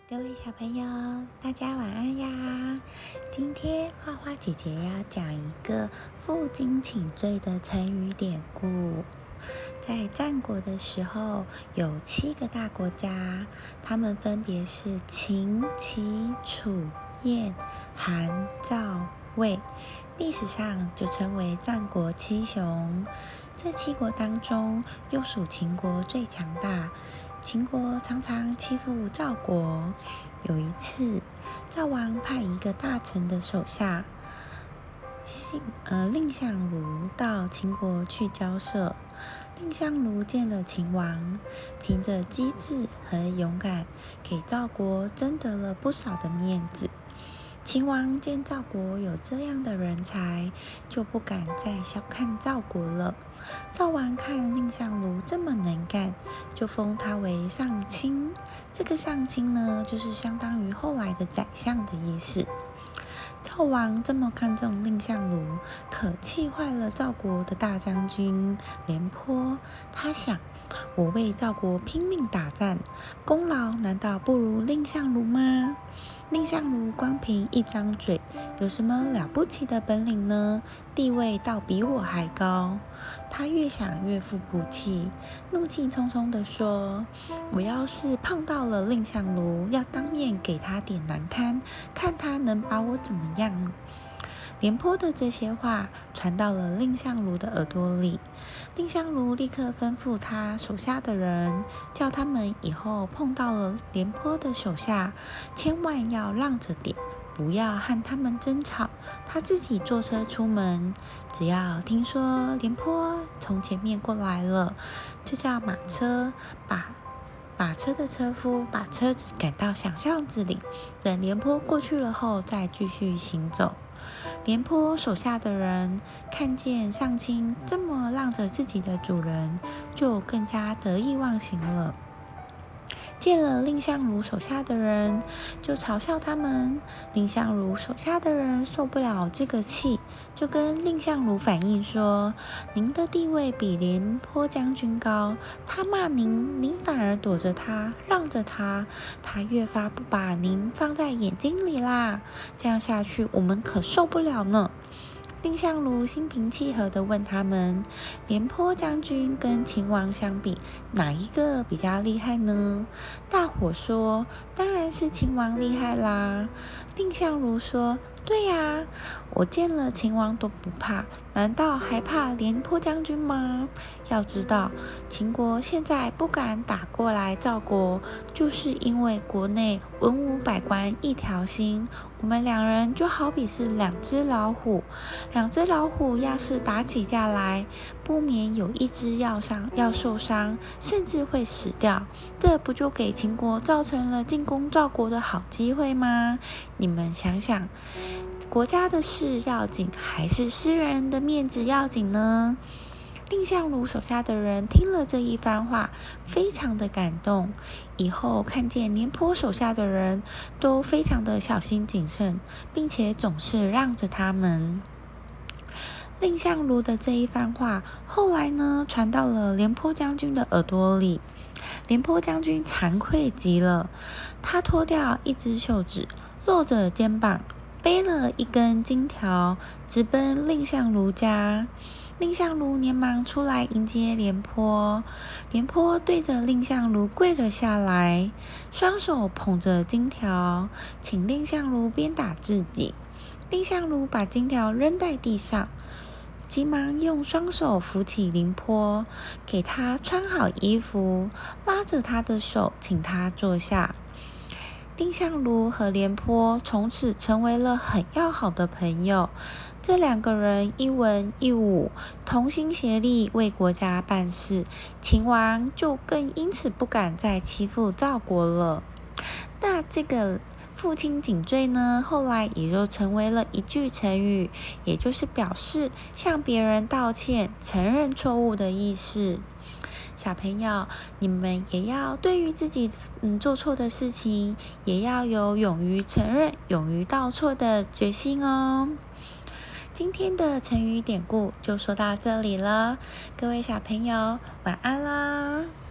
各位小朋友，大家晚安呀！今天花花姐姐要讲一个负荆请罪的成语典故。在战国的时候，有7个大国家，他们分别是秦、齐、楚、燕、韩、赵、魏，历史上就称为战国七雄。这7国当中，又属秦国最强大。秦国常常欺负赵国。有一次，赵王派一个大臣的手下蔺相如到秦国去交涉。蔺相如见了秦王，凭着机智和勇敢，给赵国争得了不少的面子。秦王见赵国有这样的人才，就不敢再小看赵国了。赵王看蔺相如这么能干，就封他为上卿。这个上卿呢，就是相当于后来的宰相的意思。赵王这么看重蔺相如，可气坏了赵国的大将军廉颇。他想，我为赵国拼命打战，功劳难道不如蔺相如吗？蔺相如光凭一张嘴，有什么了不起的本领呢？地位倒比我还高。他越想越不服气，怒气冲冲地说：我要是碰到了蔺相如，要当面给他点难堪，看他能把我怎么样。廉颇的这些话传到了蔺相如的耳朵里，蔺相如立刻吩咐他手下的人，叫他们以后碰到了廉颇的手下，千万要让着点，不要和他们争吵。他自己坐车出门，只要听说廉颇从前面过来了，就叫马车把车的车夫把车子赶到小巷子里，等廉颇过去了后再继续行走。廉颇手下的人看见上卿这么让着自己的主人，就更加得意忘形了。见了蔺相如手下的人，就嘲笑他们。蔺相如手下的人受不了这个气，就跟蔺相如反映说：您的地位比廉颇将军高，他骂您，您反而躲着他，让着他，他越发不把您放在眼睛里啦。这样下去，我们可受不了呢。蔺相如心平气和地问他们：廉颇将军跟秦王相比，哪一个比较厉害呢？大伙说：当然是秦王厉害啦。蔺相如说：对呀，我见了秦王都不怕，难道还怕廉颇将军吗？要知道，秦国现在不敢打过来赵国，就是因为国内文武百官一条心。我们2人就好比是2只老虎，2只老虎要是打起架来，不免有一只要受伤，甚至会死掉。这不就给秦国造成了进攻赵国的好机会吗？你们想想，国家的事要紧，还是私人的面子要紧呢？蔺相如手下的人听了这一番话，非常的感动，以后看见廉颇手下的人都非常的小心谨慎，并且总是让着他们。蔺相如的这一番话，后来呢，传到了廉颇将军的耳朵里。廉颇将军惭愧极了，他脱掉一只袖子，露着肩膀，背了一根金条，直奔蔺相如家。蔺相如连忙出来迎接廉颇，廉颇对着蔺相如跪了下来，双手捧着金条，请蔺相如鞭打自己。蔺相如把金条扔在地上，急忙用双手扶起廉颇，给他穿好衣服，拉着他的手，请他坐下。蔺相如和廉颇从此成为了很要好的朋友。这2个人一文一武，同心协力为国家办事，秦王就更因此不敢再欺负赵国了。那这个负荆请罪呢，后来也就成为了一句成语，也就是表示向别人道歉、承认错误的意思。小朋友，你们也要对于自己做错的事情，也要有勇于承认、勇于道错的决心哦。今天的成语典故就说到这里了，各位小朋友，晚安啦！